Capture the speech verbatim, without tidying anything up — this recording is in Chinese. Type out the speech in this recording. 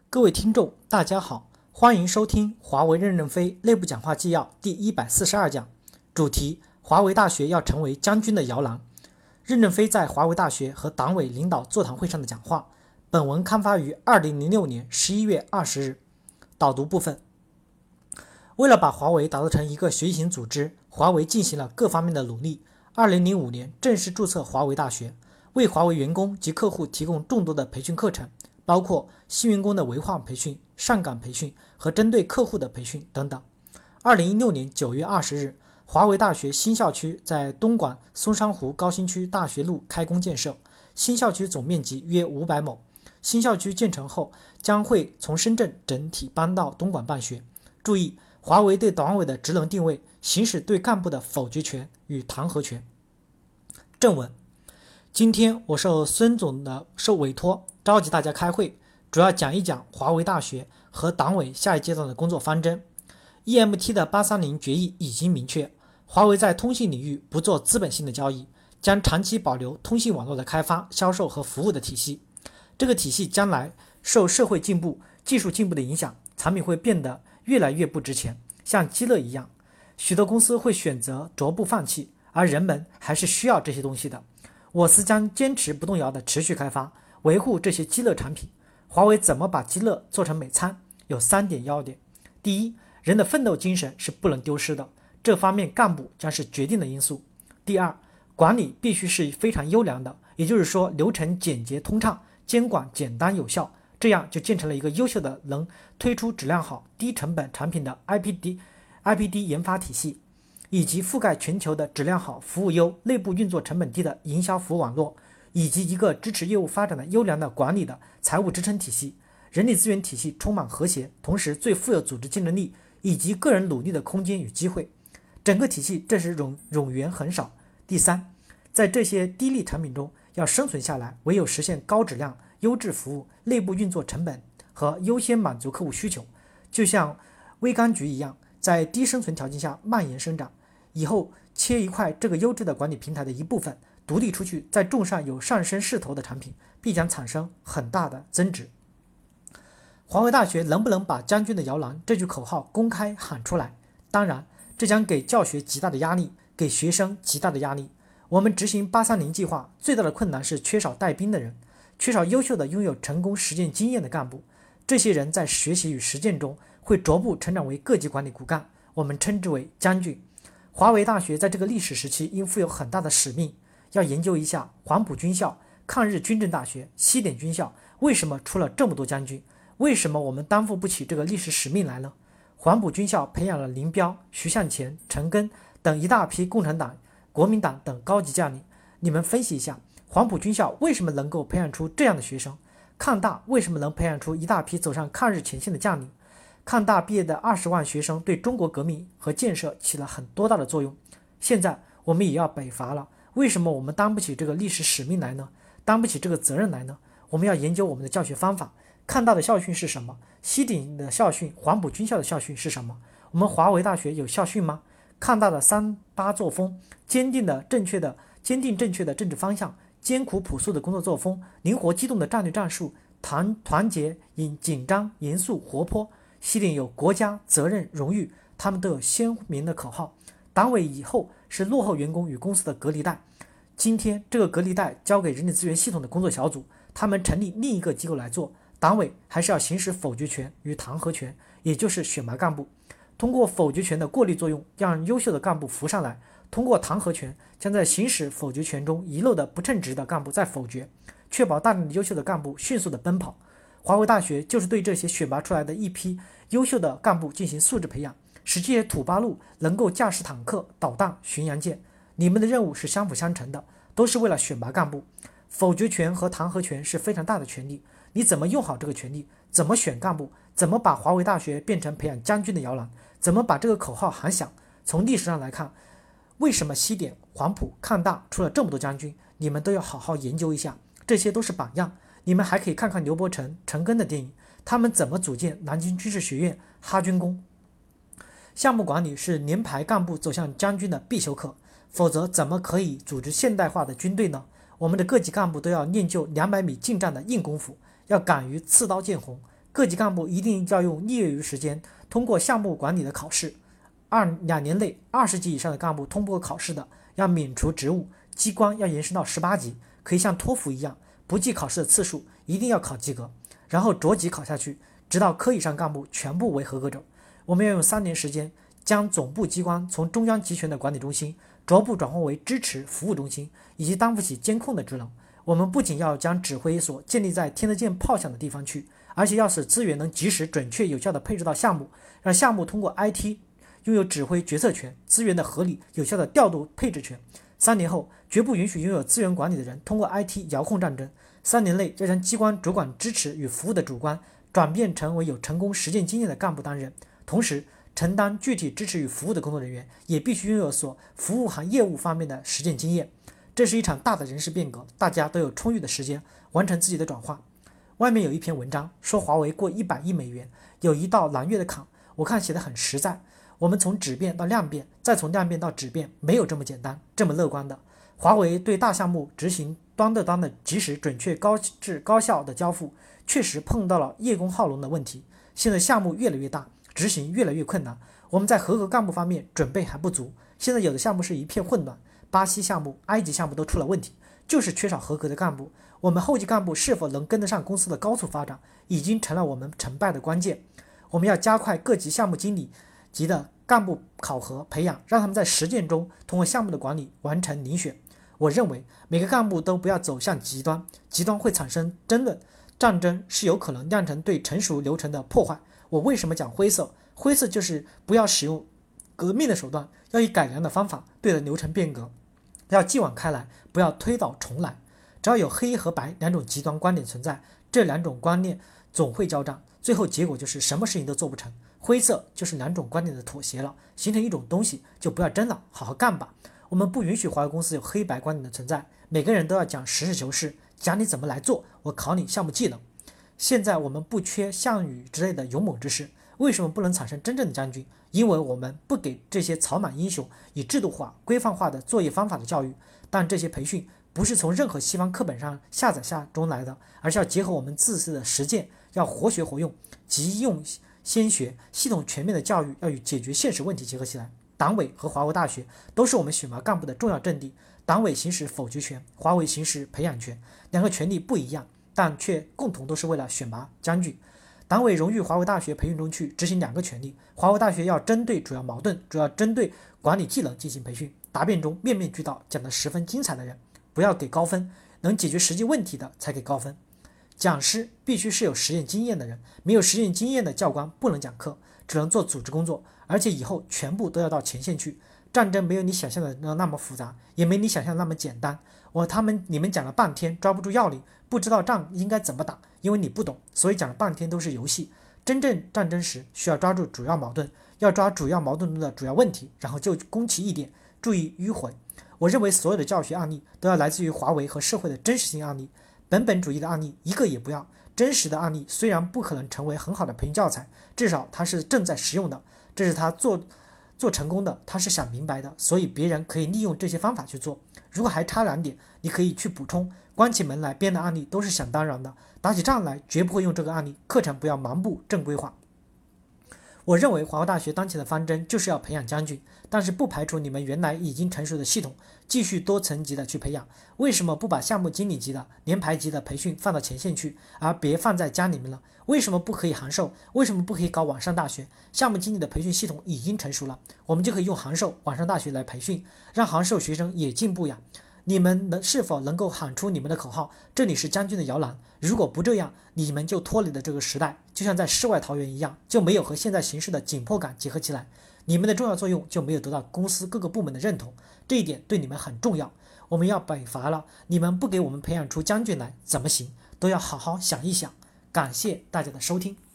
各位听众，大家好，欢迎收听华为任正非内部讲话纪要第一百四十二讲，主题：华为大学要成为将军的摇篮。任正非在华为大学和党委领导座谈会上的讲话。本文刊发于二零零六年十一月二十日。导读部分。为了把华为打造成一个学习型组织，华为进行了各方面的努力。二零零五年正式注册华为大学，为华为员工及客户提供众多的培训课程，包括新员工的文化培训、上岗培训和针对客户的培训等等。二零一六年九月二十日，华为大学新校区在东莞松山湖高新区大学路开工建设，新校区总面积约五百亩。新校区建成后，将会从深圳整体搬到东莞办学。注意，华为对党委的职能定位，行使对干部的否决权与弹劾权。正文：今天我受孙总的受委托，召集大家开会，主要讲一讲华为大学和党委下一阶段的工作方针。E M T 的八三零决议已经明确，华为在通信领域不做资本性的交易，将长期保留通信网络的开发、销售和服务的体系。这个体系将来受社会进步、技术进步的影响，产品会变得越来越不值钱，像鸡肋一样，许多公司会选择逐步放弃，而人们还是需要这些东西的。我司将坚持不动摇的持续开发，维护这些鸡肋产品。华为怎么把鸡肋做成美餐？有三点要点。第一，人的奋斗精神是不能丢失的，这方面干部将是决定的因素。第二，管理必须是非常优良的，也就是说流程简洁通畅，监管简单有效，这样就建成了一个优秀的能推出质量好、低成本产品的 I P D I P D 研发体系，以及覆盖全球的质量好、服务优、内部运作成本低的营销服务网络，以及一个支持业务发展的优良的管理的财务支撑体系。人力资源体系充满和谐，同时最富有组织竞争力以及个人努力的空间与机会。整个体系正是冗冗员很少。第三，在这些低利产品中要生存下来，唯有实现高质量、优质服务、内部运作成本和优先满足客户需求，就像微柑橘一样，在低生存条件下蔓延生长。以后切一块这个优质的管理平台的一部分，独立出去，再种上有上升势头的产品，必将产生很大的增值。华为大学能不能把将军的摇篮这句口号公开喊出来？当然，这将给教学极大的压力，给学生极大的压力。我们执行八三零计划最大的困难是缺少带兵的人，缺少优秀的拥有成功实践经验的干部。这些人在学习与实践中会逐步成长为各级管理骨干，我们称之为将军。华为大学在这个历史时期应负有很大的使命，要研究一下黄埔军校、抗日军政大学、西点军校为什么出了这么多将军，为什么我们担负不起这个历史使命来呢？黄埔军校培养了林彪、徐向前、陈赓等一大批共产党、国民党等高级将领，你们分析一下，黄埔军校为什么能够培养出这样的学生？抗大为什么能培养出一大批走上抗日前线的将领？抗大毕业的二十万学生对中国革命和建设起了很多大的作用。现在我们也要北伐了，为什么我们担不起这个历史使命来呢？担不起这个责任来呢？我们要研究我们的教学方法。抗大的校训是什么？西点的校训、黄埔军校的校训是什么？我们华为大学有校训吗？抗大的三八作风，坚定的正确的坚定正确的政治方向，艰苦朴素的工作作风，灵活机动的战略战术，团团结紧紧张严肃活泼。西点有国家责任荣誉，他们都有鲜明的口号。党委以后是落后员工与公司的隔离带，今天这个隔离带交给人力资源系统的工作小组，他们成立另一个机构来做。党委还是要行使否决权与弹劾权，也就是选拔干部。通过否决权的过滤作用，让优秀的干部浮上来；通过弹劾权，将在行使否决权中遗漏的不称职的干部再否决，确保大量的优秀的干部迅速的奔跑。华为大学就是对这些选拔出来的一批优秀的干部进行素质培养，使这些土八路能够驾驶坦克、导弹、巡洋舰。你们的任务是相辅相成的，都是为了选拔干部。否决权和弹劾权是非常大的权利，你怎么用好这个权利？怎么选干部？怎么把华为大学变成培养将军的摇篮？怎么把这个口号喊响？从历史上来看，为什么西点、黄埔、抗大出了这么多将军？你们都要好好研究一下，这些都是榜样。你们还可以看看刘伯承、陈赓的电影，他们怎么组建南京军事学院、哈军工。项目管理是连排干部走向将军的必修课，否则怎么可以组织现代化的军队呢？我们的各级干部都要练就两百米近战的硬功夫，要敢于刺刀见红， 各级干部一定要用业余时间通过项目管理的考试。二两年内二十级以上的干部通过考试的，要免除职务，机关要延伸到十八级，可以像托福一样，不计考试的次数，一定要考及格，然后着级考下去，直到科以上干部全部为合格者。我们要用三年时间，将总部机关从中央集权的管理中心逐步转化为支持服务中心，以及担负起监控的职能。我们不仅要将指挥所建立在听得见炮响的地方去，而且要使资源能及时、准确、有效地配置到项目，让项目通过 I T 拥有指挥决策权，资源的合理有效的调度配置权。三年后，绝不允许拥有资源管理的人通过 I T 遥控战争。三年内，要将机关主管支持与服务的主观转变成为有成功实践经验的干部担任，同时承担具体支持与服务的工作人员也必须拥有所服务行业务方面的实践经验。这是一场大的人事变革，大家都有充裕的时间完成自己的转化。外面有一篇文章说华为过一百亿美元，有一道南越的坎，我看写得很实在。我们从质变到量变，再从量变到质变，没有这么简单，这么乐观的。华为对大项目执行端对端的及时、准确、高质、高效的交付，确实碰到了叶公好龙的问题。现在项目越来越大，执行越来越困难，我们在合格干部方面准备还不足。现在有的项目是一片混乱，巴西项目、埃及项目都出了问题，就是缺少合格的干部。我们后级干部是否能跟得上公司的高速发展，已经成了我们成败的关键。我们要加快各级项目经理级的干部考核培养，让他们在实践中通过项目的管理完成遴选。我认为每个干部都不要走向极端，极端会产生争论，战争是有可能酿成对成熟流程的破坏。我为什么讲灰色？灰色就是不要使用革命的手段，要以改良的方法对着流程变革，要继往开来，不要推倒重来。只要有黑和白两种极端观点存在，这两种观念总会交战，最后结果就是什么事情都做不成。灰色就是两种观点的妥协了，形成一种东西，就不要争了，好好干吧。我们不允许华为公司有黑白观点的存在，每个人都要讲实事求是，讲你怎么来做，我考你项目技能。现在我们不缺项羽之类的勇猛之士，为什么不能产生真正的将军？因为我们不给这些草莽英雄以制度化、规范化的作业方法的教育，但这些培训不是从任何西方课本上下载下中来的，而是要结合我们自身的实践，要活学活用，即用先学，系统全面的教育要与解决现实问题结合起来。党委和华为大学都是我们选拔干部的重要阵地，党委行使否决权，华为行使培养权，两个权力不一样，但却共同都是为了选拔将军。党委荣誉华为大学培训中去执行两个权利，华为大学要针对主要矛盾，主要针对管理技能进行培训，答辩中面面俱到，讲得十分精彩的人不要给高分，能解决实际问题的才给高分。讲师必须是有实践经验的人，没有实践经验的教官不能讲课，只能做组织工作，而且以后全部都要到前线去。战争没有你想象的那么复杂，也没你想象的那么简单。我他们你们讲了半天抓不住要领，不知道仗应该怎么打，因为你不懂，所以讲了半天都是游戏。真正战争时需要抓住主要矛盾，要抓主要矛盾中的主要问题，然后就攻其一点，注意迂回。我认为所有的教学案例都要来自于华为和社会的真实性案例，本本主义的案例一个也不要。真实的案例虽然不可能成为很好的培训教材，至少它是正在实用的，这是他做做成功的，他是想明白的，所以别人可以利用这些方法去做。如果还差两点，你可以去补充。关起门来编的案例都是想当然的，打起仗来绝不会用这个案例，课程不要盲目正规化。我认为华为大学当前的方针就是要培养将军，但是不排除你们原来已经成熟的系统继续多层级的去培养。为什么不把项目经理级的、连排级的培训放到前线去，而别放在家里面了？为什么不可以函授？为什么不可以搞网上大学？项目经理的培训系统已经成熟了，我们就可以用函授、网上大学来培训，让函授学生也进步呀。你们能是否能够喊出你们的口号？这里是将军的摇篮。如果不这样，你们就脱离了这个时代，就像在世外桃源一样，就没有和现在形势的紧迫感结合起来。你们的重要作用就没有得到公司各个部门的认同，这一点对你们很重要。我们要北伐了，你们不给我们培养出将军来，怎么行？都要好好想一想。感谢大家的收听。